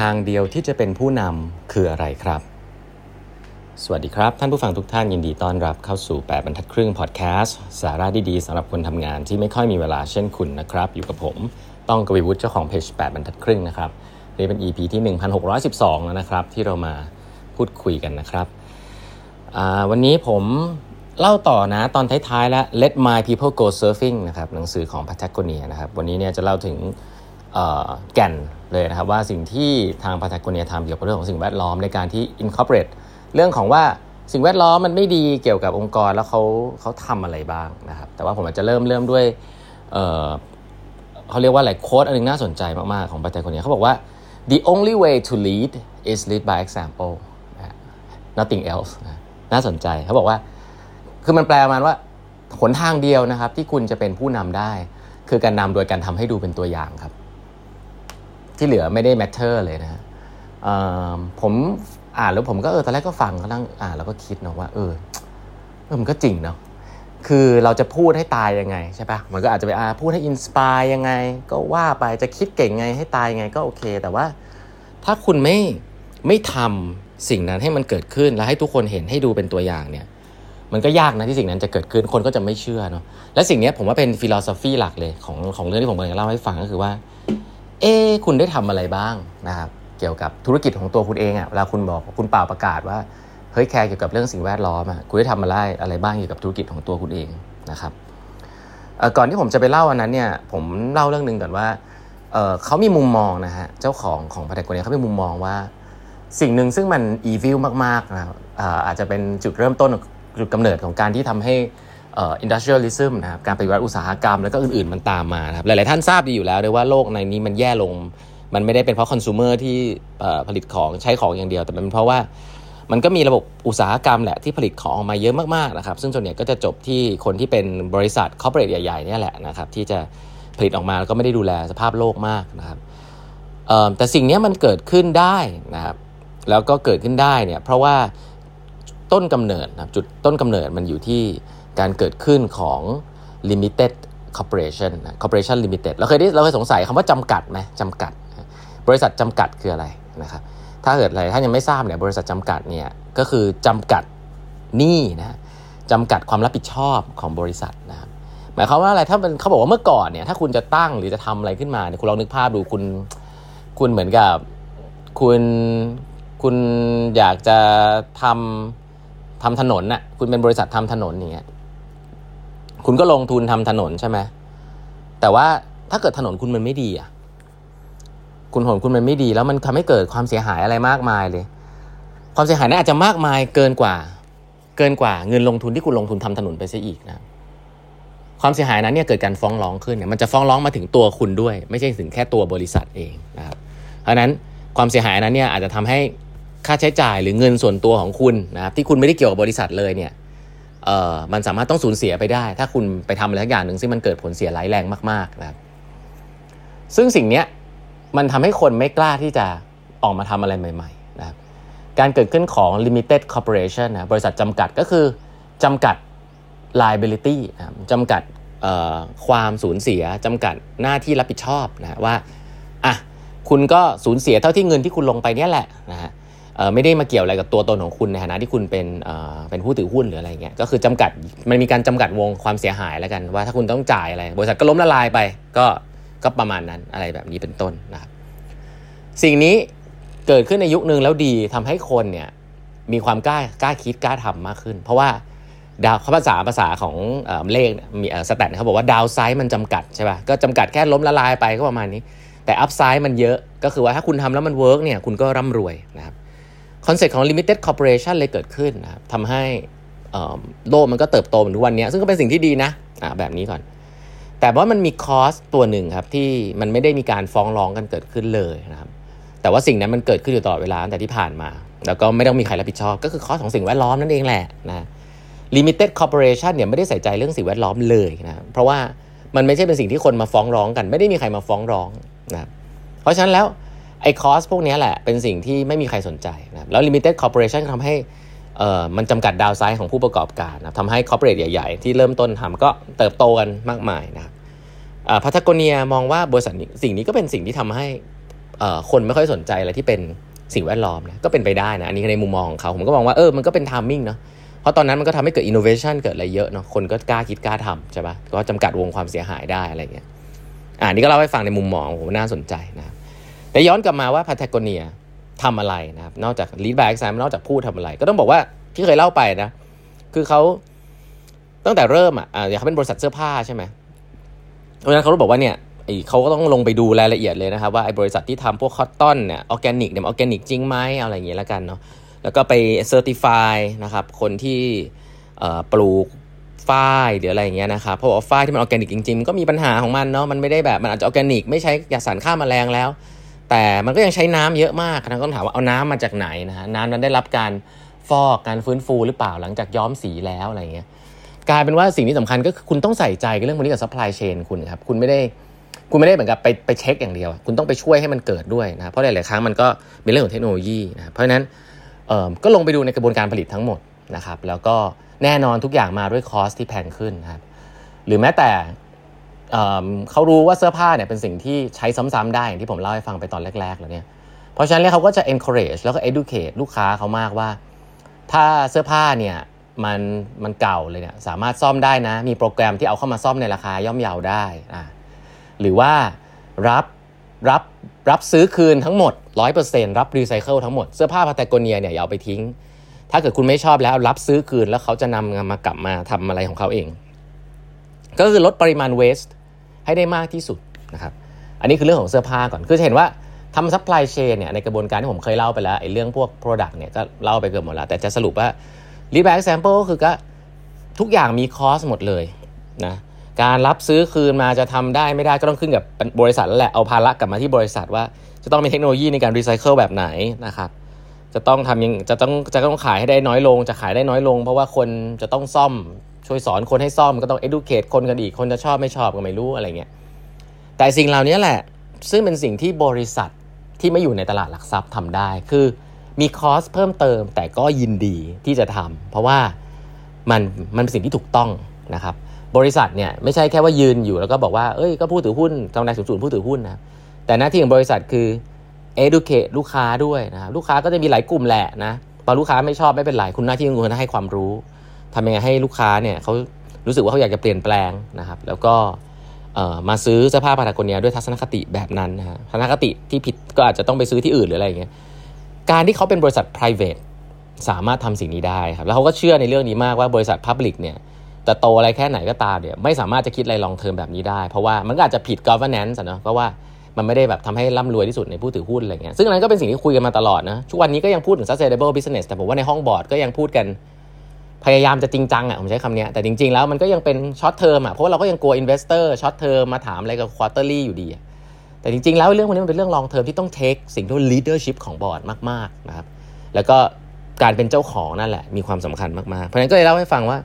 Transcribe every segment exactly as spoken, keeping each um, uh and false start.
างเดียวที่จะเป็นผู้นำคืออะไรครับสวัสดีครับท่านผู้ฟังทุกท่านยินดีต้อนรับเข้าสู่แปดบรรทัดครึ่งพอดแคสต์สาระดีๆสำหรับคนทำงานที่ไม่ค่อยมีเวลาเช่นคุณนะครับอยู่กับผมต้องกวีวุฒิเจ้าของเพจแปดบรรทัดครึ่งนะครับนี่เป็น อี พี ที่หนึ่งพันหกร้อยสิบสองแล้วนะครับที่เรามาพูดคุยกันนะครับวันนี้ผมเล่าต่อนะตอนท้ายๆแล้ว Let My People Go Surfing นะครับหนังสือของ Patagonia นะครับวันนี้เนี่ยจะเล่าถึงแก่นเลยนะครับว่าสิ่งที่ทาง Patagonia ทำเกี่ยวกับเรื่องของสิ่งแวดล้อมในการที่ incorporate เรื่องของว่าสิ่งแวดล้อมมันไม่ดีเกี่ยวกับองค์กรแล้วเขาเขาทำอะไรบ้างนะครับแต่ว่าผมอาจจะเริ่มเริ่มด้วยเอ่อเขาเรียกว่าอะไรโค้ดอันนึงน่าสนใจมากๆของ Patagonia เขาบอกว่า the only way to lead is lead by example nothing else น่าสนใจเขาบอกว่าคือมันแปลประมาณว่าหนทางเดียวนะครับที่คุณจะเป็นผู้นำได้คือการนำโดยการทำให้ดูเป็นตัวอย่างครับที่เหลือไม่ได้ matter เลยนะผมอ่านแล้วผมก็เออตอนแรกก็ฟังก็นั่งอ่านแล้วก็คิดเนาะว่าเออเออมันก็จริงเนาะคือเราจะพูดให้ตายยังไงใช่ปะมันก็อาจจะไปอ่าพูดให้ inspire ยังไงก็ว่าไปจะคิดเก่งไงให้ตายยังไงก็โอเคแต่ว่าถ้าคุณไม่ไม่ทำสิ่งนั้นให้มันเกิดขึ้นแล้วให้ทุกคนเห็นให้ดูเป็นตัวอย่างเนี่ยมันก็ยากนะที่สิ่งนั้นจะเกิดขึ้นคนก็จะไม่เชื่อเนาะและสิ่งนี้ผมว่าเป็นฟิโลโซฟีหลักเลยของของเรื่องที่ผมกำลังจะเล่าให้ฟังก็คือว่าเอ๊ะคุณได้ทำอะไรบ้างนะครับเกี่ยวกับธุรกิจของตัวคุณเองอ่ะเวลาคุณบอกคุณเป่าประกาศว่าเฮ้ยแคร์เกี่ยวกับเรื่องสิ่งแวดล้อมอ่ะคุณได้ทำอะไรอะไรบ้างเกี่ยวกับธุรกิจของตัวคุณเองนะครับเอ่อก่อนที่ผมจะไปเล่าอันนั้นเนี่ยผมเล่าเรื่องนึงก่อนว่าเอ่อเขามีมุมมองนะฮะเจ้าของของPatagoniaเขามีมุมมองว่าสิ่งนึงซึ่งมันอีวิลมากๆนะอ่าอาจจะเป็นจุดเริ่มต้นจุดกำเนิดของการที่ทำให้เอ่อ industrialism นะครับการปฏิวัติอุตสาหกรรมแล้วก็อื่นๆมันตามมานะครับหลายๆท่านทราบดีอยู่แล้วด้วยว่าโลกในนี้มันแย่ลงมันไม่ได้เป็นเพราะคอน sumer ที่เอ่อผลิตของใช้ของอย่างเดียวแต่เป็นเพราะว่ามันก็มีระบบอุตสาหกรรมแหละที่ผลิตของออกมาเยอะมากๆนะครับซึ่งส่วนใหญ่ก็จะจบที่คนที่เป็นบริษัท corporate ใหญ่ๆเนี่ยแหละนะครับที่จะผลิตออกมาแล้วก็ไม่ได้ดูแลสภาพโลกมากนะครับเอ่อแต่สิ่งนี้มันเกิดขึ้นได้นะครับแล้วก็เกิดขึ้นได้เนี่ยเพราะว่าต้นกำเนิดนะจุดต้นกำเนิดมันอยู่ที่การเกิดขึ้นของ limited corporation นะ corporation limited เราเคยได้เราเคยสงสัยคำว่าจำกัดไหมจำกัดบริษัทจำกัดคืออะไรนะครับถ้าเกิดอะไรถ้ายังไม่ทราบเนี่ยบริษัทจำกัดเนี่ยก็คือจำกัดหนี้นะจำกัดความรับผิดชอบของบริษัทนะครับหมายความว่าอะไรถ้าเป็นเขาบอกว่าเมื่อก่อนเนี่ยถ้าคุณจะตั้งหรือจะทำอะไรขึ้นมาเนี่ยคุณลองนึกภาพดูคุณคุณเหมือนกับคุณคุณอยากจะทำทำถนนน่ะคุณเป็นบริษัททำถนนอย่างเงี้ยคุณก็ลงทุนทำถนนใช่ไหมแต่ว่าถ้าเกิดถนนคุณมันไม่ดีอ่ะคุณถนนคุณมันไม่ดีแล้วมันทำให้เกิดความเสียหายอะไรมากมายเลยความเสียหายนั้นอาจจะมากมายเกินกว่าเกินกว่าเงินลงทุนที่คุณลงทุนทำถนนไปซะอีกนะความเสียหายนั้นเนี่ยเกิดการฟ้องร้องขึ้นเนี่ยมันจะฟ้องร้องมาถึงตัวคุณด้วยไม่ใช่ถึงแค่ตัวบริษัทเองนะครับเพราะนั้นความเสียหายนั้นเนี่ยอาจจะทำให้ค่าใช้จ่ายหรือเงินส่วนตัวของคุณนะครับที่คุณไม่ได้เกี่ยวกับบริษัทเลยเนี่ยเอ่อมันสามารถต้องสูญเสียไปได้ถ้าคุณไปทำอะไรสักอย่างหนึ่งซึ่งมันเกิดผลเสียร้ายแรงมากๆนะครับซึ่งสิ่งเนี้ยมันทำให้คนไม่กล้าที่จะออกมาทำอะไรใหม่ๆนะครับการเกิดขึ้นของ limited corporation นะบริษัทจำกัดก็คือจำกัด liability นะครับจำกัดความสูญเสียจำกัดหน้าที่รับผิดชอบนะว่าอ่ะคุณก็สูญเสียเท่าที่เงินที่คุณลงไปเนี่ยแหละนะฮะไม่ได้มาเกี่ยวอะไรกับตัวตนของคุณในฐานะที่คุณเป็นเป็นผู้ถือหุ้นหรืออะไรเงี้ยก็คือจำกัดมันมีการจำกัดวงความเสียหายแล้วกันว่าถ้าคุณต้องจ่ายอะไรบริษัทก็ล้มละลายไปก็ก็ประมาณนั้นอะไรแบบนี้เป็นต้นนะครับสิ่งนี้เกิดขึ้นในยุคนึงแล้วดีทำให้คนเนี่ยมีความกล้ากล้าคิดกล้าทำมากขึ้นเพราะว่าดาวภาษาภาษาของเอ่อเลขมีเอ่อสแตทเขาบอกว่าดาวไซด์มันจำกัดใช่ป่ะก็จำกัดแค่ล้มละลายไปก็ประมาณนี้แต่อัพไซด์มันเยอะก็คือว่าถ้าคุณทำแล้วมันเวิร์กเนี่ยคุณก็ร่ำรวยนะครับคอนเซ็ปต์ของ limited corporation เลยเกิดขึ้นนะครับทำให้โลกมันก็เติบโตเหมือนทุกวันนี้ซึ่งก็เป็นสิ่งที่ดีนะอ่ะแบบนี้ก่อนแต่ว่ามันมีคอสตัวหนึ่งครับที่มันไม่ได้มีการฟ้องร้องกันเกิดขึ้นเลยนะครับแต่ว่าสิ่งนั้นมันเกิดขึ้นอยู่ตลอดเวลาตั้งแต่ที่ผ่านมาแล้วก็ไม่ต้องมีใครรับผิดชอบก็คือคอสของสิ่งแวดล้อมนั่นเองแหละนะ limited corporation เนี่ยไม่ได้ใส่ใจเรื่องสิ่งแวดล้อมเลยนะเพราะว่ามันไม่ใช่เป็นสิ่งที่คนมาฟ้องร้องกันไม่ได้มีใครมาฟ้องร้องนะเพราะฉะนั้นแล้วไอ้คอสพวกนี้แหละเป็นสิ่งที่ไม่มีใครสนใจนะแล้ว limited corporation ทำให้เอ่อมันจำกัดดาวไซด์ของผู้ประกอบการนะทำให้ corporate ใหญ่ๆที่เริ่มต้นทำก็เติบโตกันมากมายนะครับPatagonia มองว่าบริษัทสิ่งนี้ก็เป็นสิ่งที่ทำให้เอ่อคนไม่ค่อยสนใจอะไรที่เป็นสิ่งแวดล้อมนะก็เป็นไปได้นะอันนี้ในมุมมองของเขาผมก็มองว่าเออมันก็เป็นไทมิ่งเนาะเพราะตอนนั้นมันก็ทำให้เกิด innovation เกิดอะไรเยอะเนาะคนก็กล้าคิดกล้าทำใช่ปะก็จำกัดวงความเสียหายได้อะไรเงี้ยอ่านี่ก็เล่าให้ฟังในมุมมองผมน่าสนใจนะแต่ย้อนกลับมาว่า Patagonia ทำอะไรนะครับนอกจาก lead by example นอกจากพูดทำอะไรก็ต้องบอกว่าที่เคยเล่าไปนะคือเขาตั้งแต่เริ่มอ่ะอย่างเขาเป็นบริษัทเสื้อผ้าใช่ไหมเพราะฉะนั้นเขาบอกว่าเนี่ยเขาก็ต้องลงไปดูรายละเอียดเลยนะครับว่าไอ้บริษัทที่ทำพวกคอตตอนเนี่ยออร์แกนิกเนี่ยออร์แกนิกจริงไหมอะไรอย่างเงี้ยแล้วกันเนาะแล้วก็ไปเซอร์ติฟายนะครับคนที่ปลูกฝ้ายหรืออะไรอย่างเงี้ยนะครับเพราะว่าฝ้ายที่มันออร์แกนิกจริงๆก็มีปัญหาของมันเนาะมันไม่ได้แบบมันอาจจะออร์แกนิกไม่ใช้ยาสารฆ่าแมลงแล้วแต่มันก็ยังใช้น้ำเยอะมากนะก็ต้องถามว่าเอาน้ำมาจากไหนนะฮะน้ำนั้นได้รับการฟอกการฟื้นฟูหรือเปล่าหลังจากย้อมสีแล้วอะไรเงี้ยกลายเป็นว่าสิ่งที่สำคัญก็คือคุณต้องใส่ใจกับเรื่องพวกนี้กับซัพพลายเชนคุณครับคุณไม่ได้คุณไม่ได้เหมือนกับไปไปเช็คอย่างเดียวคุณต้องไปช่วยให้มันเกิดด้วยนะเพราะหลายๆครั้งมันก็เป็นเรื่องของเทคโนโลยีนะเพราะฉะนั้นเอ่อก็ลงไปดูในกระบวนการผลิตทั้งหมดนะครับแล้วก็แน่นอนทุกอย่างมาด้วยคอสที่แพงขึ้นนะครับหรือแม้แต่เอ่อเขารู้ว่าเสื้อผ้าเนี่ยเป็นสิ่งที่ใช้ซ้ำๆได้อย่างที่ผมเล่าให้ฟังไปตอนแรกๆแล้วเนี่ยเพราะฉะนั้นเขาก็จะ encourage แล้วก็ educate ลูกค้าเขามากว่าถ้าเสื้อผ้าเนี่ยมันมันเก่าเลยเนี่ยสามารถซ่อมได้นะมีโปรแกรมที่เอาเข้ามาซ่อมในราคาย่อมเยาได้อ่าหรือว่ารับรับรับซื้อคืนทั้งหมด ร้อยเปอร์เซ็นต์ รับรีไซเคิลทั้งหมดเสื้อผ้า Patagonia เนี่ยอย่าเอาไปทิ้งถ้าเกิดคุณไม่ชอบแล้วรับซื้อคืนแล้วเขาจะนำมากลับมาทำอะไรของเขาเองก็คือลดปริมาณ waste ให้ได้มากที่สุดนะครับอันนี้คือเรื่องของเสื้อผ้าก่อนคือจะเห็นว่าทำ supply chain เนี่ยในกระบวนการที่ผมเคยเล่าไปแล้วไอ้เรื่องพวก product เนี่ยก็เล่าไปเกือบหมดแล้วแต่จะสรุปว่า lead by example ก็คือก็ทุกอย่างมี cost หมดเลยนะการรับซื้อคืนมาจะทำได้ไม่ได้ก็ต้องขึ้นกับบริษัทแล้วแหละเอาภาระกลับมาที่บริษัทว่าจะต้องมีเทคโนโลยีในการรีไซเคิลแบบไหนนะครับจะต้องทำยังจะต้องจะต้องขายให้ได้น้อยลงจะขายได้น้อยลงเพราะว่าคนจะต้องซ่อมช่วยสอนคนให้ซ่อมก็ต้อง educate คนกันอีกคนจะชอบไม่ชอบก็ไม่รู้อะไรเงี้ยแต่สิ่งเหล่านี้แหละซึ่งเป็นสิ่งที่บริษัทที่ไม่อยู่ในตลาดหลักทรัพย์ทำได้คือมีคอสเพิ่มเติมแต่ก็ยินดีที่จะทำเพราะว่ามันมันเป็นสิ่งที่ถูกต้องนะครับบริษัทเนี่ยไม่ใช่แค่ว่ายืนอยู่แล้วก็บอกว่าเอ้ยก็ผู้ถือหุ้นกำไรสูงๆผู้ถือหุ้นนะแต่หน้าที่ของบริษัทคือ educate ลูกค้าด้วยนะครับลูกค้าก็จะมีหลายกลุ่มแหละนะพอลูกค้าไม่ชอบไม่เป็นไรคุณหน้าที่ของคุณให้ความรู้ทำยังไงให้ลูกค้าเนี่ยเขารู้สึกว่าเขาอยากจะเปลี่ยนแปลงนะครับแล้วก็เอ่อมาซื้อเสื้อผ้า Patagonia ด้วยทัศนคติแบบนั้นนะฮะทัศนคติที่ผิดก็อาจจะต้องไปซื้อที่อื่นหรืออะไรอย่างเงี้ยการที่เขาเป็นบริษัท private สามารถทำสิ่งนี้ได้ครับแล้วเขาก็เชื่อในเรื่องนี้มากว่าบริษัท public เนี่ยแต่โตอะไรแค่ไหนก็ตามเนี่ยไม่สามารถจะคิดอะไร long term แบบนี้ได้เพราะว่ามันก็อาจจะผิด governance อ่ะเนาะเพราะว่ามันไม่ได้แบบทำให้ร่ำรวยที่สุดในผู้ถือหุ้นอะไรเงี้ยซึ่งนั้นก็เป็นสิ่งที่คุยกันมาตลอดนะทุกวันนี้ก็ยังพูดถึง sustainable business แต่ผมว่าในห้องบอร์ดก็ยังพูดกันพยายามจะจริงจังอ่ะผมใช้คำนี้แต่จริงๆแล้วมันก็ยังเป็น short term อ่ะเพราะว่าเราก็ยังกลัว investor short term มาถามอะไรกับ quarterly อยู่ดีแต่จริงๆแล้วเรื่องพวกนี้มันเป็นเรื่อง long term ที่ต้อง take สิ่งที่ leadership ของบอร์ดมากๆนะครับแล้วก็การเป็นเจ้าของนั่นแหละมีความสำคัญมากๆเพราะฉะนั้นก็เลยเล่าให้ฟังว่า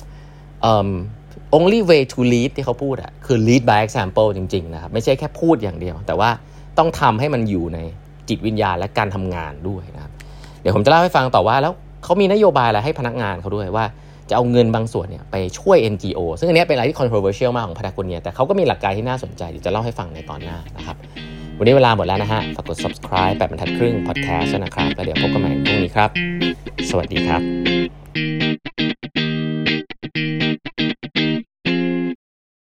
Um, only way to lead ที่เขาพูดอะคือ lead by example จริงๆนะครับไม่ใช่แค่พูดอย่างเดียวแต่ว่าต้องทำให้มันอยู่ในจิตวิญญาณและการทำงานด้วยนะครับเดี๋ยวผมจะเล่าให้ฟังต่อว่าแล้วเขามีนโยบายอะไรให้พนักงานเขาด้วยว่าจะเอาเงินบางส่วนเนี่ยไปช่วย เอ็น จี โอ ซึ่งอันนี้เป็นอะไรที่ controversial มากของ Patagonia แต่เขาก็มีหลักการที่น่าสนใจเดี๋ยวจะเล่าให้ฟังในตอนหน้านะครับวันนี้เวลาหมดแล้วนะฮะฝากกด subscribe แปดบรรทัดครึ่ง podcast นะครับแล้วเดี๋ยวพบกันใหม่พรุ่งนี้ครับสวัสดีครับ